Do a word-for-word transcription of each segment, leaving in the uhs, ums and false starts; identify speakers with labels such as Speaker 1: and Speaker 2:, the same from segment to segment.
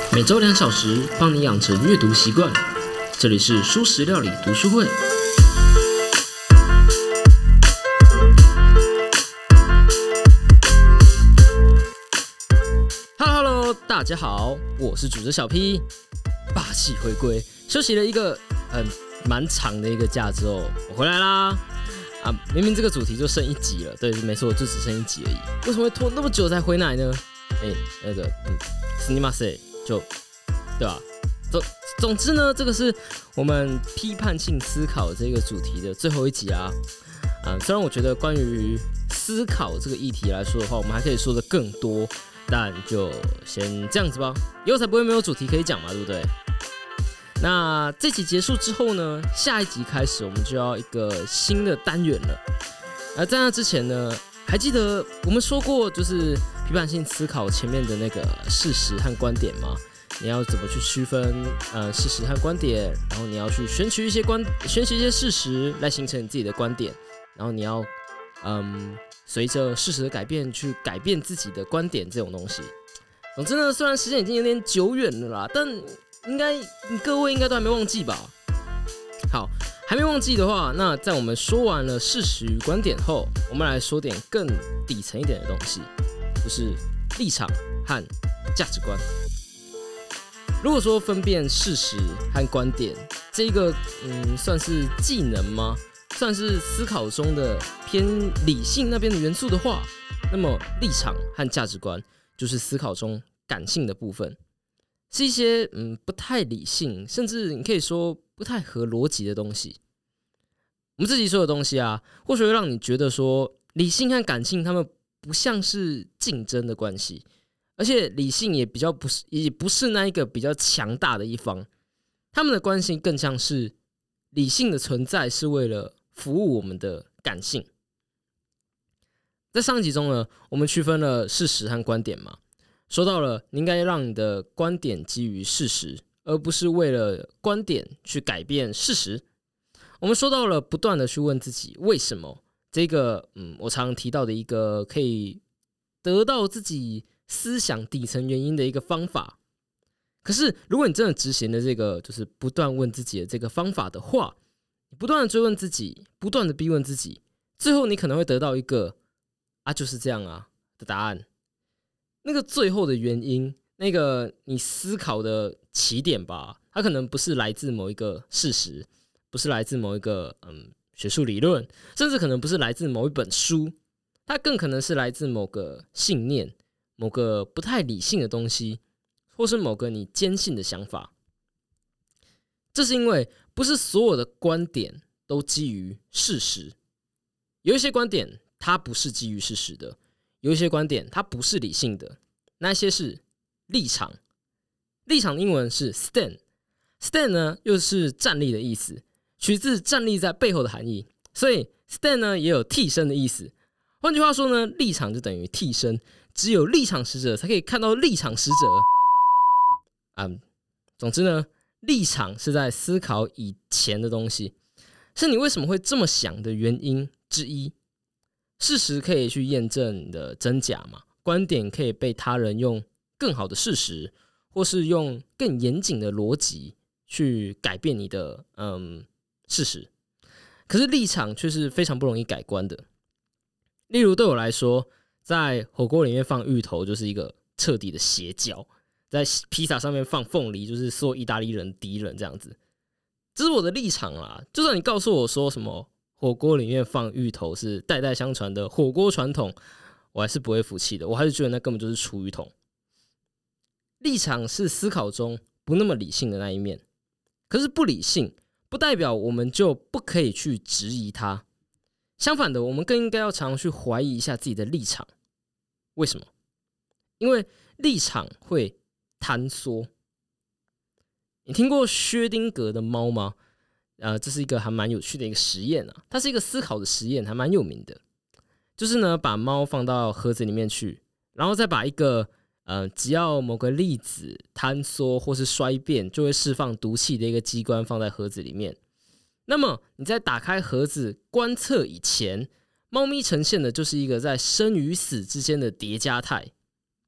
Speaker 1: 每周两小时，帮你养成阅读习惯。这里是蔬食料理读书会。Hello Hello， 大家好，我是主持小 P， 霸气回归，休息了一个很蛮长的一个假之后，我回来啦。啊，明明这个主题就剩一集了，对，没错，就只剩一集而已，为什么会拖那么久才回来呢？哎、欸，那个，嗯，すみません，就，对吧？总总之呢，这个是我们批判性思考这个主题的最后一集啊。啊，虽然我觉得关于思考这个议题来说的话，我们还可以说的更多，但就先这样子吧，以后才不会没有主题可以讲嘛，对不对？那这集结束之后呢，下一集开始我们就要一个新的单元了。而在那之前呢，还记得我们说过，就是批判性思考前面的那个事实和观点吗？你要怎么去区分呃事实和观点？然后你要去选取一些观，选取一些事实来形成你自己的观点，然后你要嗯随着事实的改变去改变自己的观点这种东西。总之呢，虽然时间已经有点久远了啦，但应该各位应该都还没忘记吧？好，还没忘记的话，那在我们说完了事实与观点后，我们来说点更底层一点的东西，就是立场和价值观。如果说分辨事实和观点，这个嗯算是技能吗？算是思考中的偏理性那边的元素的话，那么立场和价值观就是思考中感性的部分。是一些嗯不太理性，甚至你可以说不太合逻辑的东西。我们自己说的东西啊，或许会让你觉得说理性和感性他们不像是竞争的关系，而且理性也比较不是，也不是那一个比较强大的一方。他们的关系更像是理性的存在是为了服务我们的感性。在上一集中呢，我们区分了事实和观点嘛。说到了，你应该让你的观点基于事实，而不是为了观点去改变事实。我们说到了不断的去问自己为什么，这个嗯，我常提到的一个可以得到自己思想底层原因的一个方法。可是，如果你真的执行了这个就是不断问自己的这个方法的话，你不断的追问自己，不断的逼问自己，最后你可能会得到一个啊就是这样啊的答案。那个最后的原因，那个你思考的起点吧，它可能不是来自某一个事实，不是来自某一个嗯学术理论，甚至可能不是来自某一本书，它更可能是来自某个信念，某个不太理性的东西，或是某个你坚信的想法。这是因为不是所有的观点都基于事实，有一些观点它不是基于事实的。有一些观点它不是理性的，那些是立场。立场的英文是 stand， stand 呢又是站立的意思，取自站立在背后的含义，所以 stand 呢也有替身的意思。换句话说呢，立场就等于替身，只有立场使者才可以看到立场使者。嗯，总之呢，立场是在思考以前的东西，是你为什么会这么想的原因之一。事实可以去验证你的真假嘛？观点可以被他人用更好的事实，或是用更严谨的逻辑去改变你的嗯事实。可是立场却是非常不容易改观的。例如对我来说，在火锅里面放芋头就是一个彻底的邪教，在披萨上面放凤梨就是所有意大利人敌人这样子。这是我的立场啦。就算你告诉我说什么火锅里面放芋头是代代相传的火锅传统，我还是不会服气的，我还是觉得那根本就是厨余桶。立场是思考中不那么理性的那一面，可是不理性不代表我们就不可以去质疑它，相反的，我们更应该要常常去怀疑一下自己的立场。为什么？因为立场会坍缩。你听过薛丁格的猫吗？呃，这是一个还蛮有趣的一个实验啊，它是一个思考的实验，还蛮有名的。就是呢，把猫放到盒子里面去，然后再把一个呃，只要某个粒子坍缩或是衰变，就会释放毒气的一个机关放在盒子里面。那么你在打开盒子观测以前，猫咪呈现的就是一个在生与死之间的叠加态。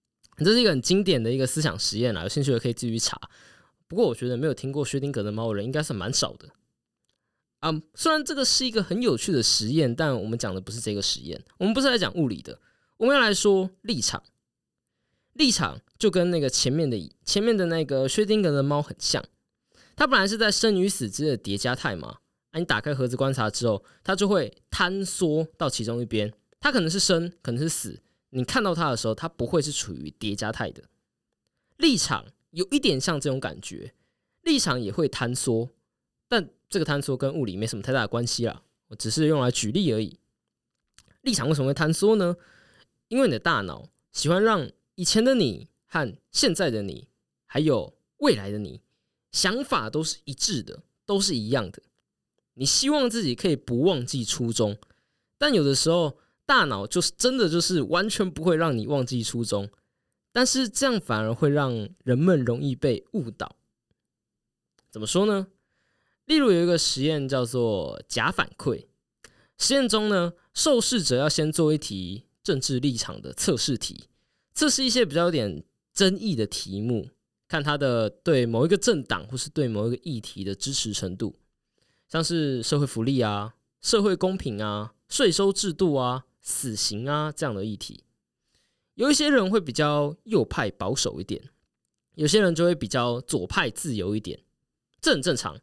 Speaker 1: 这是一个很经典的一个思想实验啦，有兴趣的可以自己去查。不过我觉得没有听过薛定谔的猫的人应该是蛮少的。啊，虽然这个是一个很有趣的实验，但我们讲的不是这个实验，我们不是来讲物理的，我们要来说立场。立场就跟那个前面的前面的那个薛定谔的猫很像，它本来是在生与死之间的叠加态嘛。啊、你打开盒子观察之后，它就会坍缩到其中一边，它可能是生，可能是死。你看到它的时候，它不会是处于叠加态的。立场有一点像这种感觉，立场也会坍缩，但这个坍缩跟物理没什么太大的关系啦，我只是用来举例而已。立场为什么会坍缩呢？因为你的大脑喜欢让以前的你和现在的你，还有未来的你，想法都是一致的，都是一样的。你希望自己可以不忘记初衷，但有的时候大脑就是真的就是完全不会让你忘记初衷，但是这样反而会让人们容易被误导。怎么说呢？例如有一个实验叫做假反馈，实验中呢，受试者要先做一题政治立场的测试题，测试一些比较有点争议的题目，看他的对某一个政党或是对某一个议题的支持程度，像是社会福利啊、社会公平啊、税收制度啊、死刑啊这样的议题。有一些人会比较右派保守一点，有些人就会比较左派自由一点，这很正常。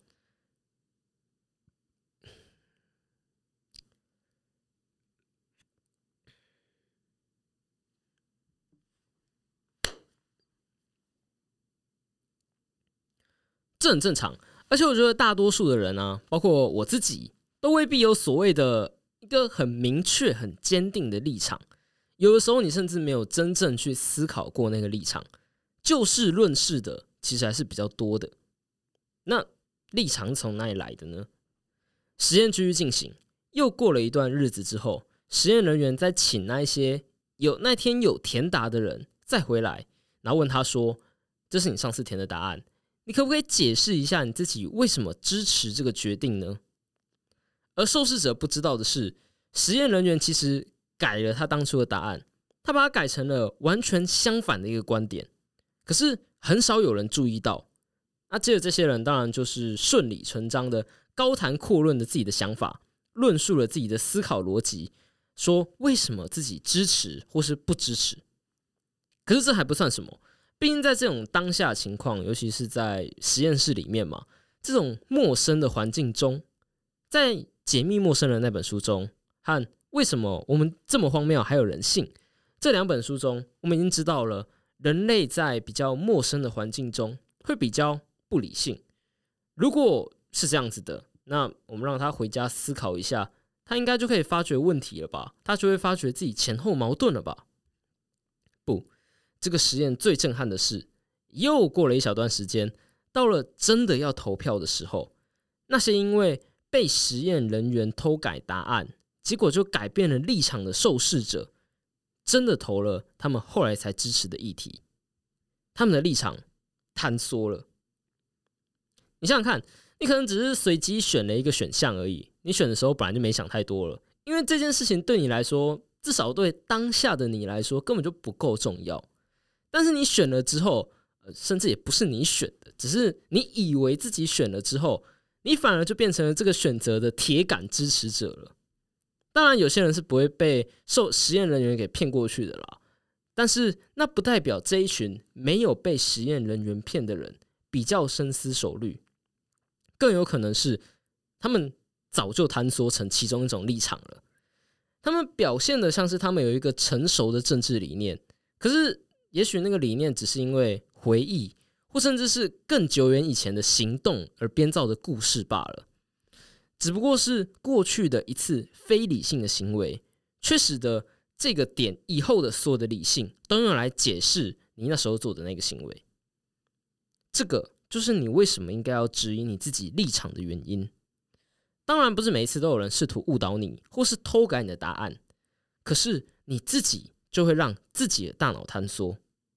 Speaker 1: 这很正常，而且我觉得大多数的人啊，包括我自己，都未必有所谓的一个很明确、很坚定的立场。有的时候，你甚至没有真正去思考过那个立场，就事论事的，其实还是比较多的。那立场从哪里来的呢？实验继续进行，又过了一段日子之后，实验人员再请那一些有那天有填答的人再回来，然后问他说：“这是你上次填的答案。你可不可以解释一下你自己为什么支持这个决定呢？”而受试者不知道的是，实验人员其实改了他当初的答案，他把它改成了完全相反的一个观点。可是很少有人注意到，那接着这些人当然就是顺理成章的高谈阔论的自己的想法，论述了自己的思考逻辑，说为什么自己支持或是不支持。可是这还不算什么。毕竟在这种当下情况，尤其是在实验室里面嘛，这种陌生的环境中，在《解密陌生人》那本书中和《为什么我们这么荒谬还有人性》这两本书中，我们已经知道了人类在比较陌生的环境中会比较不理性。如果是这样子的，那我们让他回家思考一下，他应该就可以发觉问题了吧？他就会发觉自己前后矛盾了吧？不。这个实验最震撼的是，又过了一小段时间，到了真的要投票的时候，那些因为被实验人员偷改答案，结果就改变了立场的受试者，真的投了他们后来才支持的议题，他们的立场坍缩了。你想想看，你可能只是随机选了一个选项而已，你选的时候本来就没想太多了，因为这件事情对你来说，至少对当下的你来说，根本就不够重要。但是你选了之后，呃，甚至也不是你选的，只是你以为自己选了之后，你反而就变成了这个选择的铁杆支持者了。当然，有些人是不会被受实验人员给骗过去的啦，但是那不代表这一群没有被实验人员骗的人比较深思熟虑，更有可能是他们早就坍缩成其中一种立场了。他们表现的像是他们有一个成熟的政治理念，可是也许那个理念只是因为回忆，或甚至是更久远以前的行动而编造的故事罢了。只不过是过去的一次非理性的行为，却使得这个点以后的所有的理性都用来解释你那时候做的那个行为。这个就是你为什么应该要质疑你自己立场的原因。当然不是每一次都有人试图误导你，或是偷改你的答案，可是你自己就会让自己的大脑坍缩。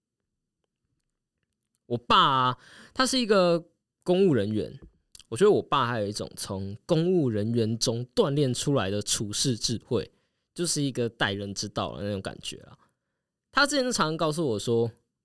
Speaker 1: 我爸啊，他是一个公务人员，我觉得我爸还有一种从公务人员中锻炼出来的处世智慧，就是一个待人之道的那种感觉啊。他之前就常常告诉我说，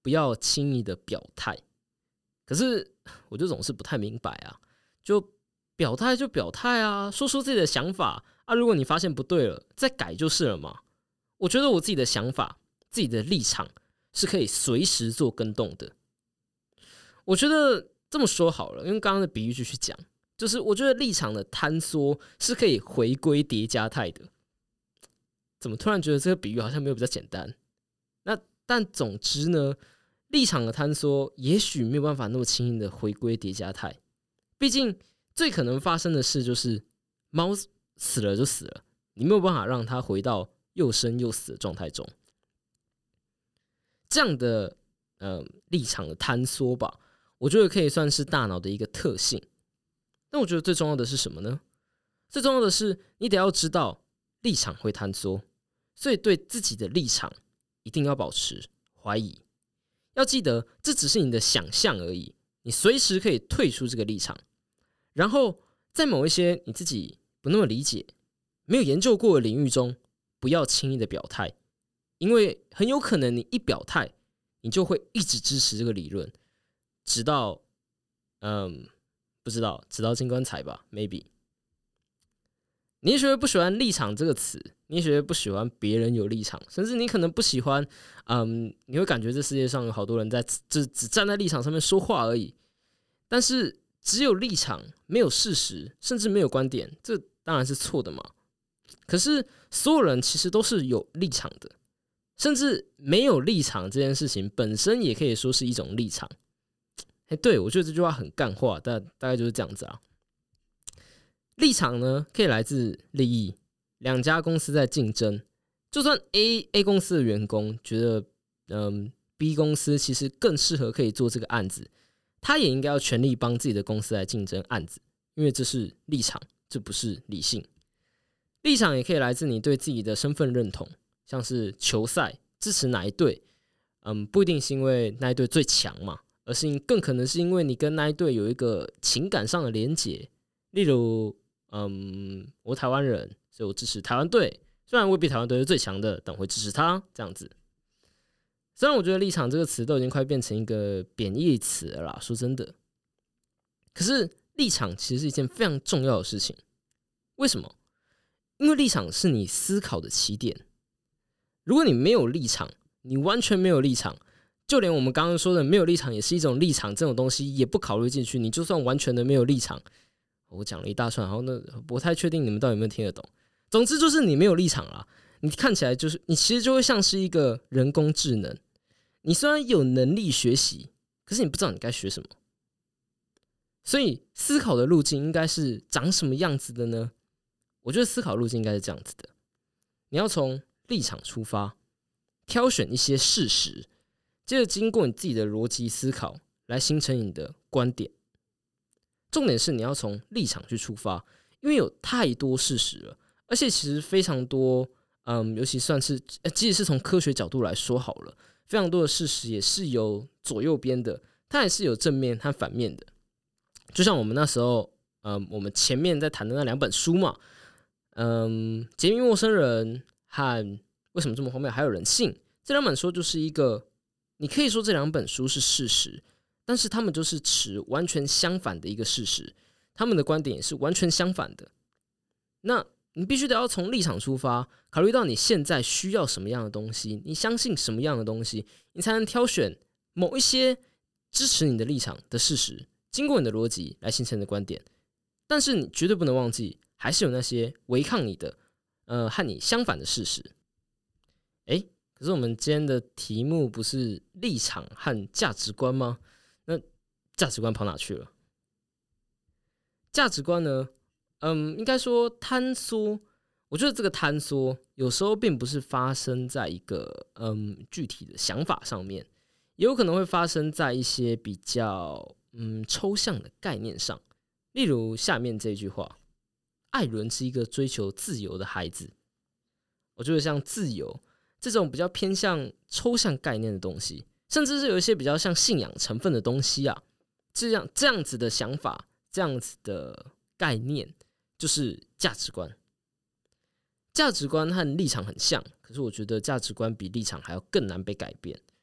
Speaker 1: 不要轻易的表态。可是我就总是不太明白啊，就表态就表态啊，说出自己的想法啊，如果你发现不对了，再改就是了嘛。我觉得我自己的想法、自己的立场是可以随时做更动的。我觉得这么说好了，用刚刚的比喻继续讲，就是我觉得立场的坍缩是可以回归叠加态的。怎么突然觉得这个比喻好像没有比较简单？那但总之呢，立场的坍缩也许没有办法那么轻易的回归叠加态。毕竟最可能发生的事就是猫死了就死了，你没有办法让它回到又生又死的状态中。这样的呃立场的坍缩吧，我觉得可以算是大脑的一个特性。但我觉得最重要的是什么呢？最重要的是你得要知道立场会坍缩，所以对自己的立场一定要保持怀疑。要记得，这只是你的想象而已，你随时可以退出这个立场。然后，在某一些你自己不那么理解、没有研究过的领域中，不要轻易的表态，因为很有可能你一表态，你就会一直支持这个理论，直到嗯，不知道，直到进棺材吧 ，maybe。你也许会不喜欢立场这个词，你也许会不喜欢别人有立场，甚至你可能不喜欢，嗯，你会感觉这世界上有好多人在只只站在立场上面说话而已。但是只有立场，没有事实，甚至没有观点，这当然是错的嘛。可是所有人其实都是有立场的，甚至没有立场这件事情本身也可以说是一种立场。哎，对，我觉得这句话很干话，但大概就是这样子啊。立场呢，可以来自利益，两家公司在竞争，就算 A A 公司的员工觉得，嗯 ，B 公司其实更适合可以做这个案子，他也应该要全力帮自己的公司来竞争案子，因为这是立场，这不是理性。立场也可以来自你对自己的身份认同，像是球赛支持哪一队，嗯，不一定是因为那一队最强嘛，而是更可能是因为你跟那一队有一个情感上的连结，例如。嗯，我台湾人，所以我支持台湾队。虽然未必台湾队是最强的，但我会支持他这样子。虽然我觉得立场这个词都已经快变成一个贬义词了啦，说真的。可是立场其实是一件非常重要的事情。为什么？因为立场是你思考的起点。如果你没有立场，你完全没有立场，就连我们刚刚说的没有立场也是一种立场这种东西也不考虑进去，你就算完全的没有立场。我讲了一大串，然后呢，不太确定你们到底有没有听得懂。总之就是你没有立场啦，你看起来就是你其实就会像是一个人工智能。你虽然有能力学习，可是你不知道你该学什么。所以思考的路径应该是长什么样子的呢？我觉得思考路径应该是这样子的：你要从立场出发，挑选一些事实，接着经过你自己的逻辑思考，来形成你的观点。重点是你要从立场去出发，因为有太多事实了，而且其实非常多，嗯，尤其算是，即使是从科学角度来说好了，非常多的事实也是有左右边的，它也是有正面和反面的。就像我们那时候，嗯，我们前面在谈的那两本书嘛，嗯，《杰密陌生人》和为什么这么荒谬还有人性，这两本书就是一个，你可以说这两本书是事实。但是他们就是持完全相反的一个事实，他们的观点也是完全相反的。那你必须得要从立场出发，考虑到你现在需要什么样的东西，你相信什么样的东西，你才能挑选某一些支持你的立场的事实，经过你的逻辑来形成你的观点。但是你绝对不能忘记，还是有那些违抗你的，呃，和你相反的事实。哎，可是我们今天的题目不是立场和价值观吗？那价值观跑哪去了？价值观呢？嗯，应该说坍缩。我觉得这个坍缩有时候并不是发生在一个嗯具体的想法上面，也有可能会发生在一些比较嗯抽象的概念上。例如下面这句话：艾伦是一个追求自由的孩子。我觉得像自由这种比较偏向抽象概念的东西，甚至是有一些比较像信仰成分的东西啊，这样这样子的想法，这样子的概念，就是价值观。价值观和立场很像，可是我觉得价值观比立场还要更难被改变。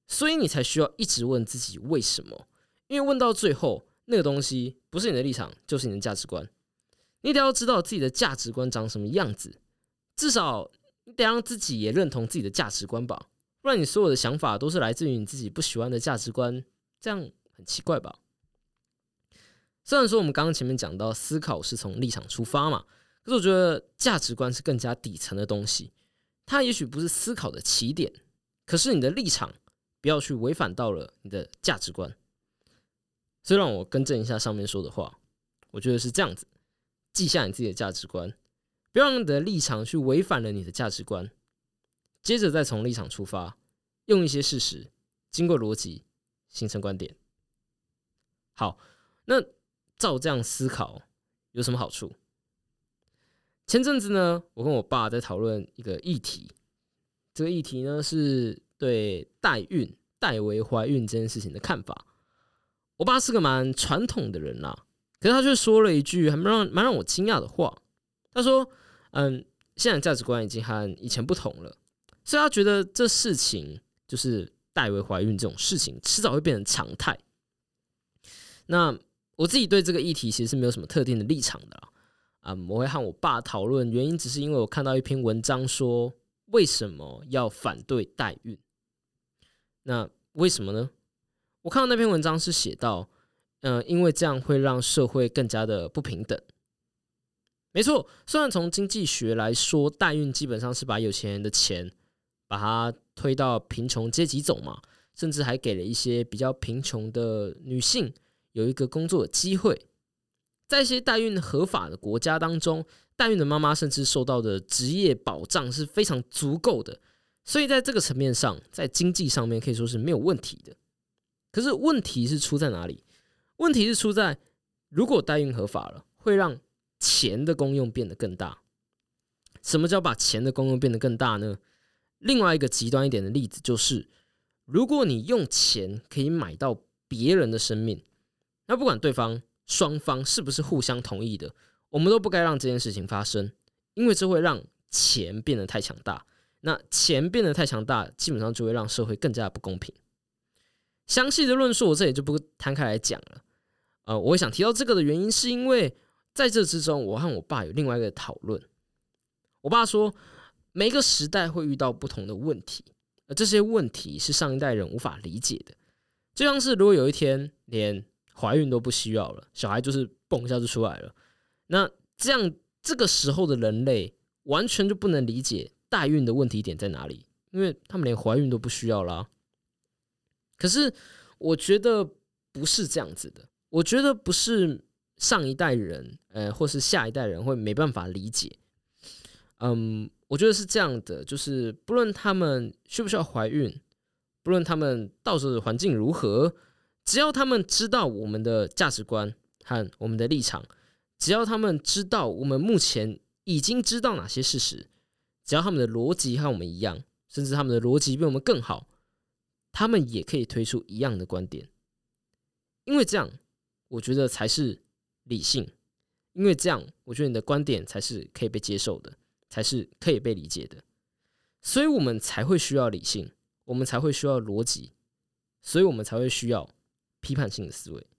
Speaker 1: 所以你才需要一直问自己为什么，因为问到最后，那个东西不是你的立场，就是你的价值观。你得要知道自己的价值观长什么样子，至少你得让自己也认同自己的价值观吧，不然你所有的想法都是来自于你自己不喜欢的价值观，这样很奇怪吧。虽然说我们刚刚前面讲到思考是从立场出发嘛，可是我觉得价值观是更加底层的东西，它也许不是思考的起点，可是你的立场不要去违反到了你的价值观。所以让我更正一下上面说的话，我觉得是这样子，记下你自己的价值观，不要让你的立场去违反了你的价值观，接着再从立场出发，用一些事实经过逻辑形成观点。好，那照这样思考有什么好处？前阵子呢，我跟我爸在讨论一个议题，这个议题呢是对代孕、代为怀孕这件事情的看法。我爸是个蛮传统的人啦，可是他却说了一句还蛮让蛮让我惊讶的话。他说：“嗯，现在的价值观已经和以前不同了，所以他觉得这事情就是代为怀孕这种事情，迟早会变成常态。”那我自己对这个议题其实是没有什么特定的立场的啦。嗯，我会和我爸讨论，原因只是因为我看到一篇文章说为什么要反对代孕。那为什么呢？我看到那篇文章是写到，呃，因为这样会让社会更加的不平等。没错，虽然从经济学来说，代孕基本上是把有钱人的钱把它推到贫穷阶级走嘛，甚至还给了一些比较贫穷的女性有一个工作的机会。在一些代孕合法的国家当中，代孕的妈妈甚至受到的职业保障是非常足够的，所以在这个层面上，在经济上面可以说是没有问题的。可是问题是出在哪里？问题是出在，如果代孕合法了，会让钱的功用变得更大。什么叫把钱的功用变得更大呢？另外一个极端一点的例子就是，如果你用钱可以买到别人的生命，那不管对方双方是不是互相同意的，我们都不该让这件事情发生，因为这会让钱变得太强大。那钱变得太强大，基本上就会让社会更加的不公平。详细的论述我这里就不摊开来讲了。呃，我想提到这个的原因，是因为在这之中，我和我爸有另外一个讨论。我爸说，每一个时代会遇到不同的问题，而这些问题是上一代人无法理解的。就像是如果有一天连怀孕都不需要了，小孩就是蹦一下就出来了，那这样这个时候的人类完全就不能理解代孕的问题点在哪里，因为他们连怀孕都不需要啦。可是我觉得不是这样子的，我觉得不是上一代人，呃，或是下一代人会没办法理解。嗯，我觉得是这样的，就是不论他们需不需要怀孕，不论他们到时候的环境如何，只要他们知道我们的价值观和我们的立场，只要他们知道我们目前已经知道哪些事实，只要他们的逻辑和我们一样，甚至他们的逻辑比我们更好，他们也可以推出一样的观点。因为这样，我觉得才是理性。因为这样，我觉得你的观点才是可以被接受的，才是可以被理解的。所以我们才会需要理性，我们才会需要逻辑，所以我们才会需要批判性的思维。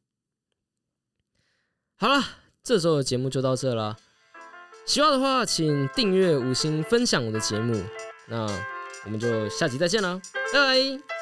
Speaker 1: 好了，这周的节目就到这了。喜欢的话，请订阅、五星、分享我的节目。那我们就下集再见啦，拜拜。